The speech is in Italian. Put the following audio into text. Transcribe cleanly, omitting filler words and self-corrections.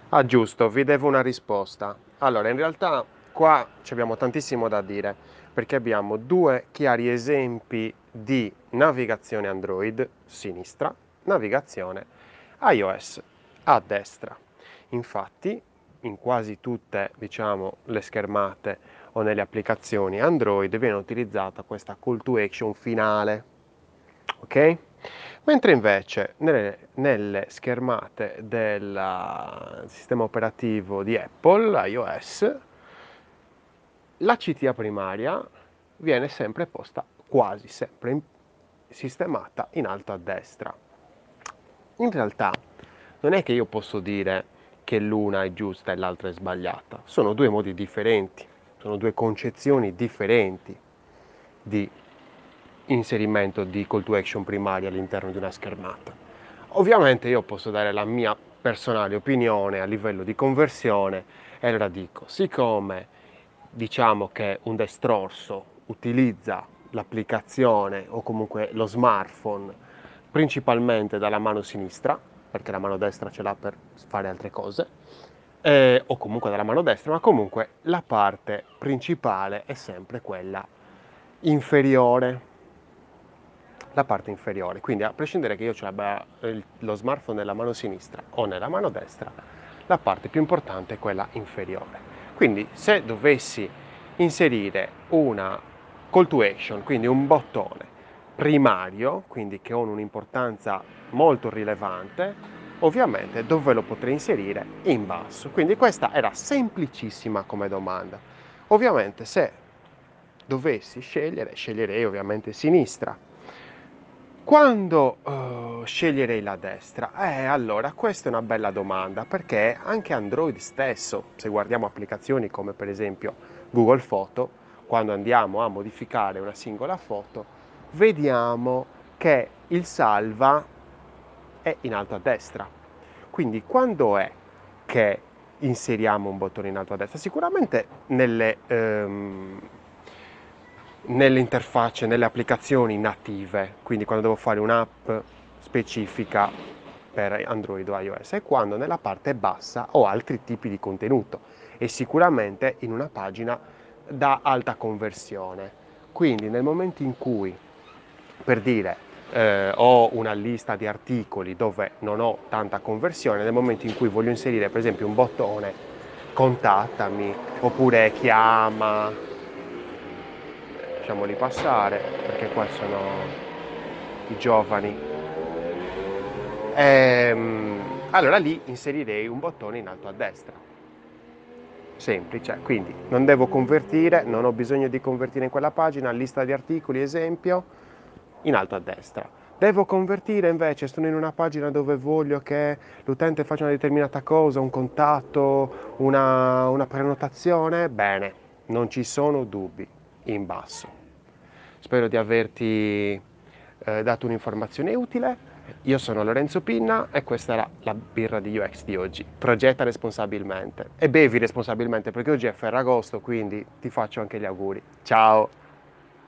Ah, giusto, vi devo una risposta. Allora, in realtà qua ci abbiamo tantissimo da dire, perché abbiamo due chiari esempi di navigazione Android, sinistra, navigazione iOS, a destra. Infatti, in quasi tutte, diciamo, le schermate o nelle applicazioni Android viene utilizzata questa call to action finale, ok? Mentre invece nelle schermate del sistema operativo di Apple, iOS, la CTA primaria viene sempre posta, quasi sempre sistemata in alto a destra. In realtà non è che io posso dire che l'una è giusta e l'altra è sbagliata, sono due modi differenti, sono due concezioni differenti di inserimento di call to action primaria all'interno di una schermata. Ovviamente io posso dare la mia personale opinione a livello di conversione e allora dico, siccome diciamo che un destrorso utilizza l'applicazione o comunque lo smartphone principalmente dalla mano sinistra, perché la mano destra ce l'ha per fare altre cose, o comunque dalla mano destra, ma comunque la parte principale è sempre quella inferiore, la parte inferiore. Quindi a prescindere che io abbia lo smartphone nella mano sinistra o nella mano destra, la parte più importante è quella inferiore. Quindi se dovessi inserire una call to action, quindi un bottone primario, quindi che ha un'importanza molto rilevante, ovviamente dove lo potrei inserire? In basso. Quindi questa era semplicissima come domanda. Ovviamente se dovessi scegliere, sceglierei ovviamente sinistra. Quando sceglierei la destra? Allora, questa è una bella domanda perché anche Android stesso, se guardiamo applicazioni come per esempio Google Foto, quando andiamo a modificare una singola foto, vediamo che il salva è in alto a destra. Quindi quando è che inseriamo un bottone in alto a destra? Sicuramente nelle interfacce, nelle applicazioni native, quindi quando devo fare un'app specifica per Android o iOS, e quando nella parte bassa ho altri tipi di contenuto e sicuramente in una pagina da alta conversione. Quindi nel momento in cui, per dire, ho una lista di articoli dove non ho tanta conversione, nel momento in cui voglio inserire per esempio un bottone contattami oppure chiama, lasciamoli passare perché qua sono i giovani. Allora lì inserirei un bottone in alto a destra, semplice, quindi non devo convertire, non ho bisogno di convertire in quella pagina, lista di articoli, esempio, in alto a destra. Devo convertire invece, sono in una pagina dove voglio che l'utente faccia una determinata cosa, un contatto, una prenotazione, bene, non ci sono dubbi, in basso. Spero di averti dato un'informazione utile. Io sono Lorenzo Pinna e questa era la birra di UX di oggi. Progetta responsabilmente e bevi responsabilmente perché oggi è Ferragosto, quindi ti faccio anche gli auguri. Ciao!